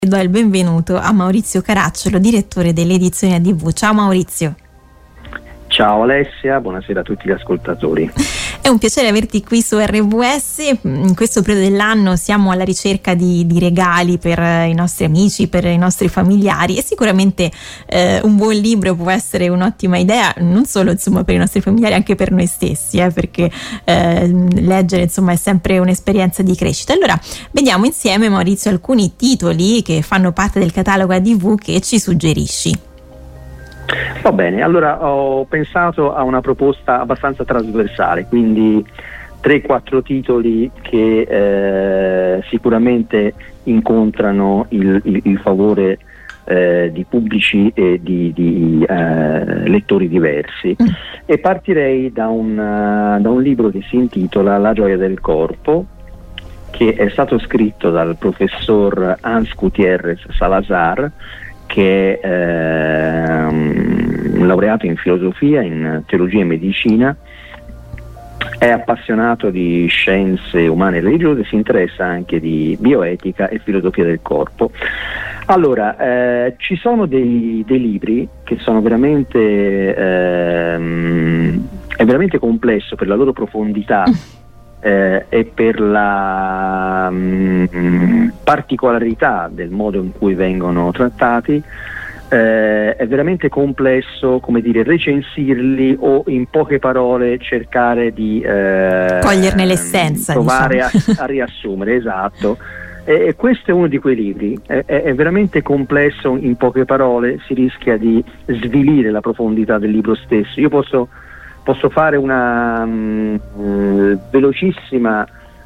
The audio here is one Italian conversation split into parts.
Do il benvenuto a Maurizio Caracciolo, direttore delle edizioni ADV. Ciao Maurizio. Ciao Alessia, buonasera a tutti gli ascoltatori. È un piacere averti qui su RWS. In questo periodo dell'anno siamo alla ricerca di regali per i nostri amici, per i nostri familiari, e sicuramente un buon libro può essere un'ottima idea, non solo per i nostri familiari, anche per noi stessi, perché leggere è sempre un'esperienza di crescita. Allora vediamo insieme, Maurizio, alcuni titoli che fanno parte del catalogo ADV che ci suggerisci. Va bene, allora ho pensato a una proposta abbastanza trasversale, quindi 3-4 titoli che sicuramente incontrano il favore di pubblici e di lettori diversi. E partirei da un libro che si intitola La gioia del corpo, che è stato scritto dal professor Hans Gutierrez Salazar, che è un laureato in filosofia, in teologia e medicina, è appassionato di scienze umane e religiose, si interessa anche di bioetica e filosofia del corpo. Allora, ci sono dei libri che sono veramente è veramente complesso per la loro profondità e per la particolarità del modo in cui vengono trattati. È veramente complesso, recensirli o in poche parole cercare di coglierne l'essenza, provare a riassumere, esatto. E questo è uno di quei libri, è veramente complesso, in poche parole si rischia di svilire la profondità del libro stesso. Io posso fare una velocissima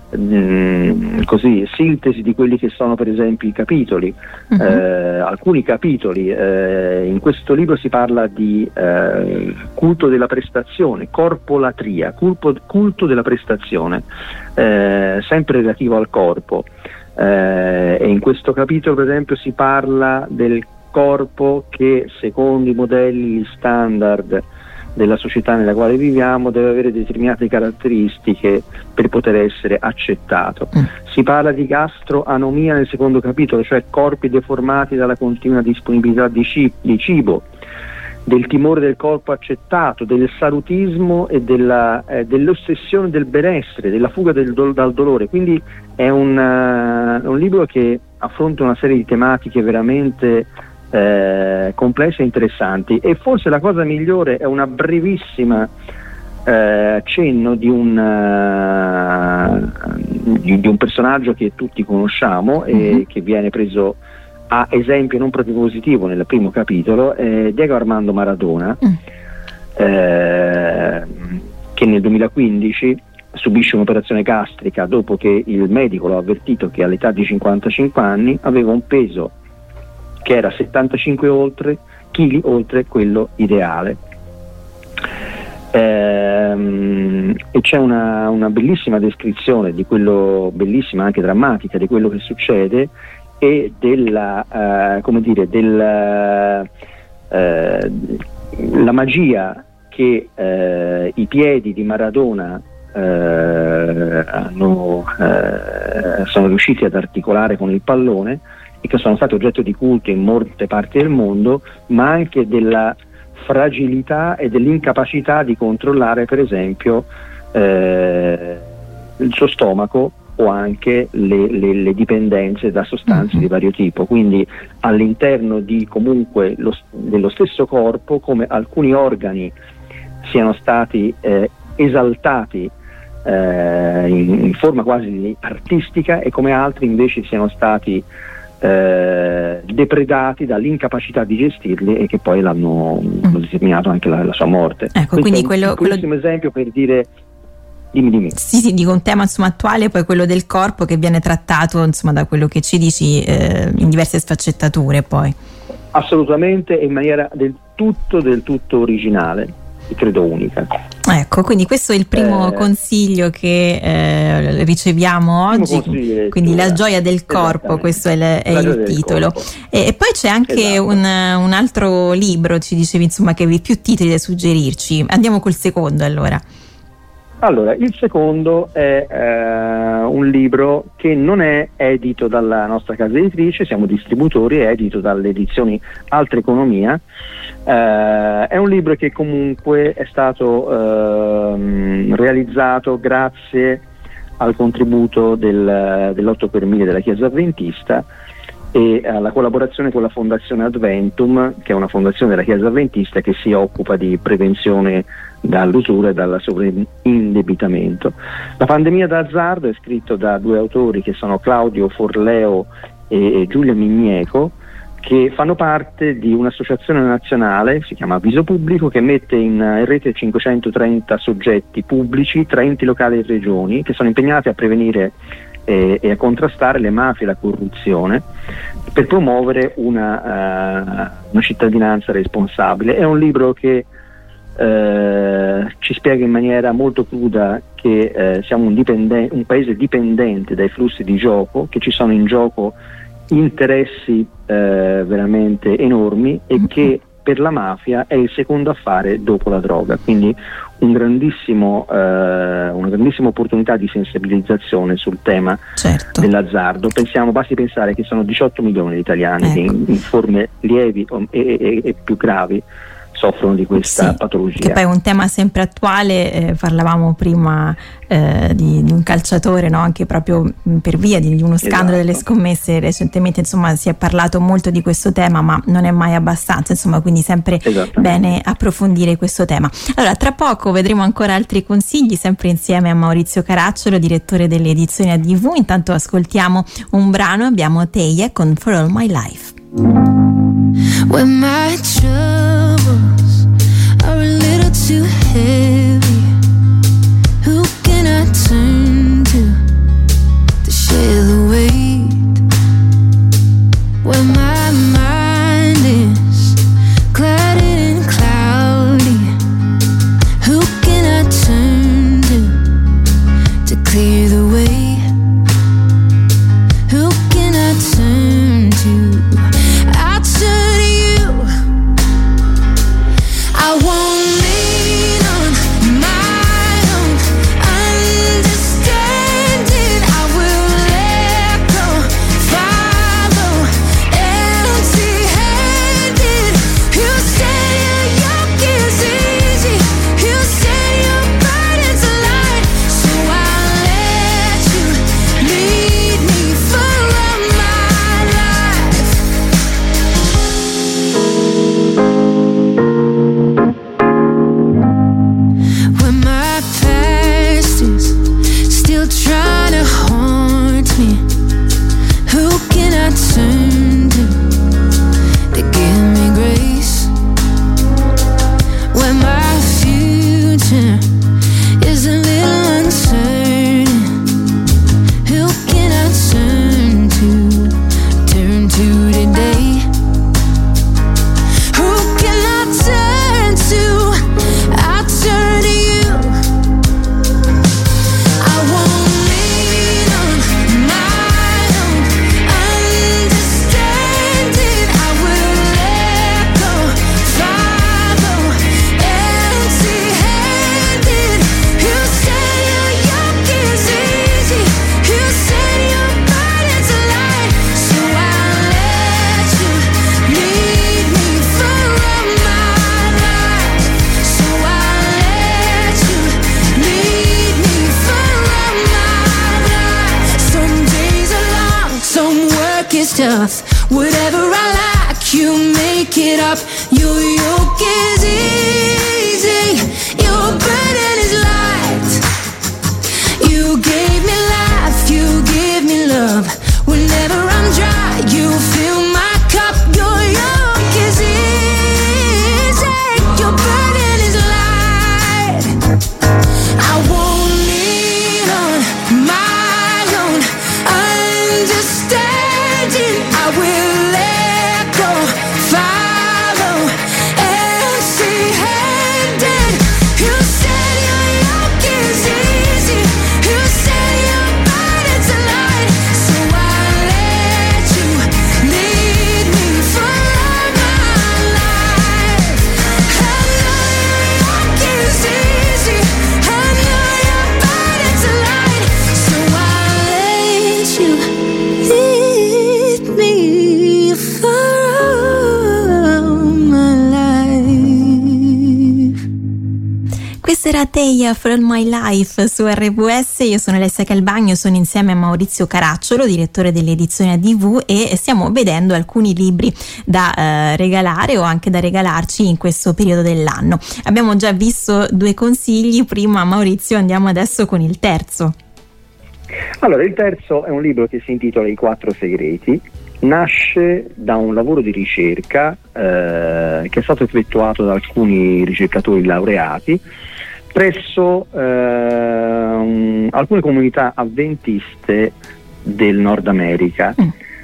sintesi di quelli che sono per esempio i capitoli. Alcuni capitoli in questo libro si parla di culto della prestazione, corpolatria, culto della prestazione, sempre relativo al corpo, e in questo capitolo per esempio si parla del corpo che secondo i modelli, gli standard della società nella quale viviamo deve avere determinate caratteristiche per poter essere accettato. Si parla di gastroanomia nel secondo capitolo, cioè corpi deformati dalla continua disponibilità di cibo, del timore del corpo accettato, del salutismo e dell'ossessione del benessere, della fuga dal dolore. Quindi è un libro che affronta una serie di tematiche veramente complesse e interessanti, e forse la cosa migliore è una brevissima cenno di un personaggio che tutti conosciamo e che viene preso a esempio non proprio positivo nel primo capitolo, Diego Armando Maradona, che nel 2015 subisce un'operazione gastrica dopo che il medico lo ha avvertito che all'età di 55 anni aveva un peso che era 75 kg oltre quello ideale. E c'è una bellissima descrizione di quello, bellissima anche drammatica, di quello che succede e la magia che i piedi di Maradona sono riusciti ad articolare con il pallone, e che sono stati oggetto di culto in molte parti del mondo, ma anche della fragilità e dell'incapacità di controllare per esempio il suo stomaco o anche le dipendenze da sostanze di vario tipo. Quindi all'interno di comunque dello stesso corpo, come alcuni organi siano stati esaltati in forma quasi artistica e come altri invece siano stati depredati dall'incapacità di gestirli e che poi l'hanno determinato anche la sua morte. Ecco, quindi quello esempio per dire. Dimmi. Sì, dico un tema attuale, poi quello del corpo che viene trattato da quello che ci dici in diverse sfaccettature poi. Assolutamente, in maniera del tutto originale, credo unica. Ecco, quindi questo è il primo consiglio che riceviamo oggi, quindi La gioia del corpo, questo è il titolo. E poi c'è anche un altro libro, ci dicevi che avevi più titoli da suggerirci. Andiamo col secondo allora. Allora, il secondo è un libro che non è edito dalla nostra casa editrice, siamo distributori, è edito dalle edizioni Altra Economia. È un libro che comunque è stato realizzato grazie al contributo dell'8 per 1000 della Chiesa Adventista e alla collaborazione con la Fondazione Adventum, che è una fondazione della Chiesa Adventista che si occupa di prevenzione dall'usura e dal sovraindebitamento. La pandemia d'azzardo è scritto da due autori che sono Claudio Forleo e Giulia Migneco, che fanno parte di un'associazione nazionale, si chiama Viso Pubblico, che mette in rete 530 soggetti pubblici tra enti locali e regioni che sono impegnati a prevenire e a contrastare le mafie e la corruzione per promuovere una cittadinanza responsabile. È un libro che ci spiega in maniera molto cruda che siamo un paese dipendente dai flussi di gioco, che ci sono in gioco interessi veramente enormi e che per la mafia è il secondo affare dopo la droga, quindi una grandissima opportunità di sensibilizzazione sul tema dell'azzardo. Basti pensare che sono 18 milioni di italiani che in forme lievi e più gravi soffrono di questa patologia. Che poi è un tema sempre attuale, parlavamo prima di un calciatore, no? Anche proprio per via di uno scandalo delle scommesse recentemente, insomma si è parlato molto di questo tema, ma non è mai abbastanza, insomma, quindi sempre bene approfondire questo tema. Allora, tra poco vedremo ancora altri consigli, sempre insieme a Maurizio Caracciolo, direttore delle edizioni ADV. Intanto ascoltiamo un brano, abbiamo Teie con For All My Life. When my troubles are a little too heavy, who can I turn to share the weight? When my mind is clouded and cloudy, who can I turn to clear the way? Who can I turn to? I turn to you. I won't lean on my own understanding. I will let go, follow empty-handed. You say your yoke is easy, you say your burden's light, so I'll let you lead me for all my life. When my past is still trying to haunt me, who can I turn to give me grace? When my future is a little uncertain, who can I turn to today? Who can I turn to? I turn to you. I won't lean on my own understanding. I will let go, follow empty-handed. You say your yoke is easy, you say your burden's light, so I'll let you lead me for all my life. So I'll let you lead me for all my life. Some days are long, some work is tough. Whatever I lack, you make it up. Your yoke is easy, your burden is light. You gave me life, you give me love. Whenever I'm dry, you fill my cup. Your yoke is easy, your burden is light. I won't lean on my own understanding. I will let go, follow empty-handed. Karateia from My Life su RWS. Io sono Alessia Calvagno, sono insieme a Maurizio Caracciolo, direttore dell'edizione ADV, e stiamo vedendo alcuni libri da regalare o anche da regalarci in questo periodo dell'anno. Abbiamo già visto 2 consigli, prima Maurizio, andiamo adesso con il terzo. Allora, il terzo è un libro che si intitola I 4 segreti. Nasce da un lavoro di ricerca che è stato effettuato da alcuni ricercatori laureati presso alcune comunità avventiste del Nord America.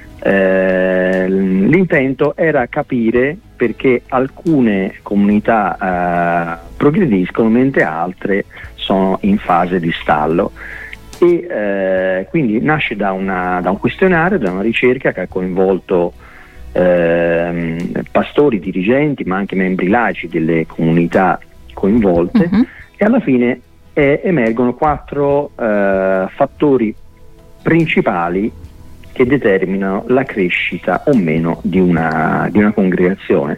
L'intento era capire perché alcune comunità progrediscono mentre altre sono in fase di stallo. E quindi nasce da un questionario, da una ricerca che ha coinvolto pastori, dirigenti, ma anche membri laici delle comunità coinvolte, e alla fine emergono 4 fattori principali che determinano la crescita o meno di una congregazione.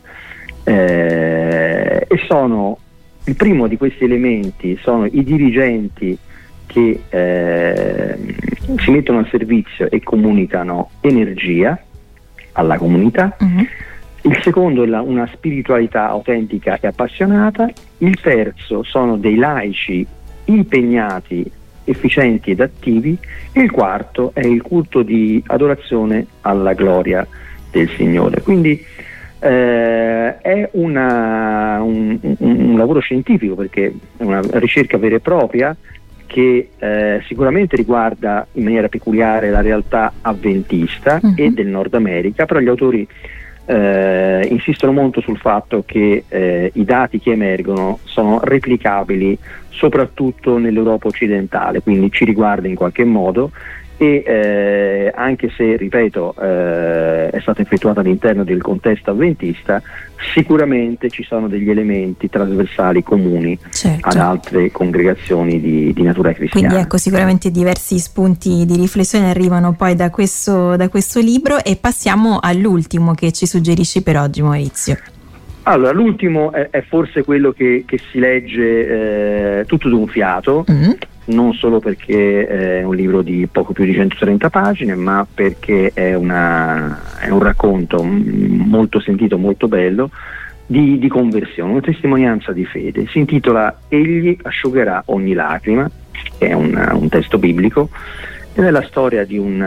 E sono, il primo di questi elementi sono i dirigenti che si mettono al servizio e comunicano energia alla comunità. Il secondo è una spiritualità autentica e appassionata. Il terzo sono dei laici impegnati, efficienti ed attivi. E il quarto è il culto di adorazione alla gloria del Signore. Quindi è un lavoro scientifico, perché è una ricerca vera e propria che sicuramente riguarda in maniera peculiare la realtà avventista e del Nord America, però gli autori insistono molto sul fatto che i dati che emergono sono replicabili soprattutto nell'Europa occidentale, quindi ci riguarda in qualche modo, e anche se, ripeto, è stata effettuata all'interno del contesto avventista, sicuramente ci sono degli elementi trasversali comuni ad altre congregazioni di natura cristiana. Quindi ecco, sicuramente diversi spunti di riflessione arrivano poi da questo libro, e passiamo all'ultimo che ci suggerisci per oggi, Maurizio. Allora, l'ultimo è forse quello che si legge tutto d'un fiato, non solo perché è un libro di poco più di 130 pagine, ma perché è un racconto molto sentito, molto bello, di conversione, una testimonianza di fede. Si intitola Egli asciugherà ogni lacrima, è un testo biblico, ed è la storia di un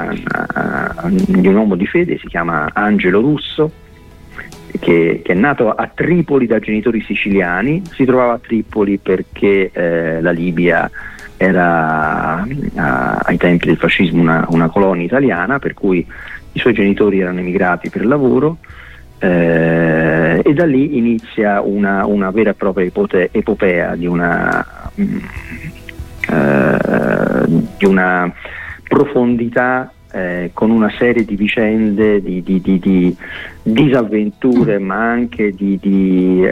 uomo di fede, si chiama Angelo Russo, che è nato a Tripoli da genitori siciliani. Si trovava a Tripoli perché la Libia era ai tempi del fascismo una colonia italiana, per cui i suoi genitori erano emigrati per lavoro, e da lì inizia una vera e propria epopea di una profondità, con una serie di vicende, di disavventure, ma anche di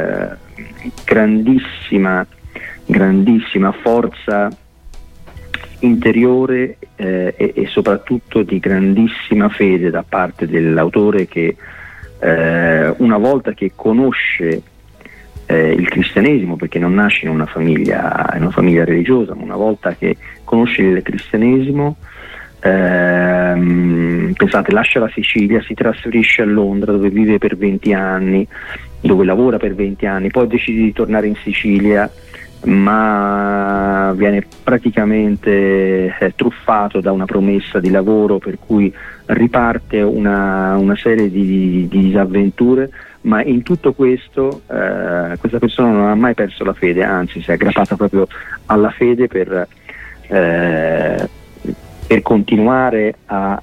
grandissima forza interiore, e soprattutto di grandissima fede da parte dell'autore, che una volta che conosce il cristianesimo, perché non nasce in una famiglia religiosa, ma una volta che conosce il cristianesimo, pensate, lascia la Sicilia, si trasferisce a Londra, dove vive per 20 anni, dove lavora per 20 anni, poi decide di tornare in Sicilia, ma viene praticamente truffato da una promessa di lavoro, per cui riparte una serie di disavventure, ma in tutto questo questa persona non ha mai perso la fede, anzi si è aggrappata proprio alla fede per continuare ad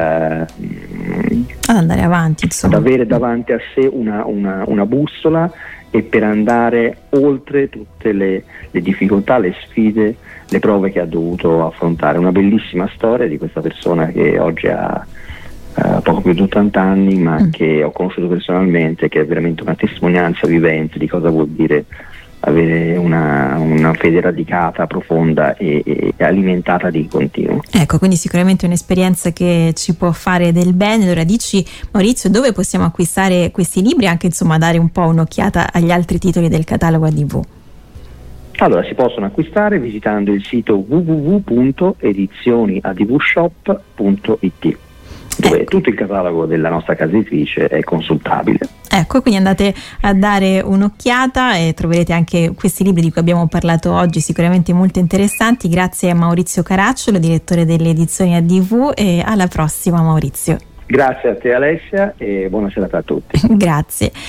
andare avanti, insomma, ad avere davanti a sé una bussola, e per andare oltre tutte le difficoltà, le sfide, le prove che ha dovuto affrontare. Una bellissima storia di questa persona che oggi ha poco più di 80 anni, ma che ho conosciuto personalmente, che è veramente una testimonianza vivente di cosa vuol dire avere una fede radicata, profonda e alimentata di continuo. Ecco, quindi sicuramente un'esperienza che ci può fare del bene. Allora dici, Maurizio, dove possiamo acquistare questi libri, anche insomma dare un po' un'occhiata agli altri titoli del catalogo ADV? Allora, si possono acquistare visitando il sito www.edizioniadvshop.it, dove tutto il catalogo della nostra casa editrice è consultabile. Ecco, quindi andate a dare un'occhiata e troverete anche questi libri di cui abbiamo parlato oggi, sicuramente molto interessanti. Grazie a Maurizio Caracciolo, direttore delle edizioni ADV, e alla prossima, Maurizio. Grazie a te Alessia e buona serata a tutti. Grazie.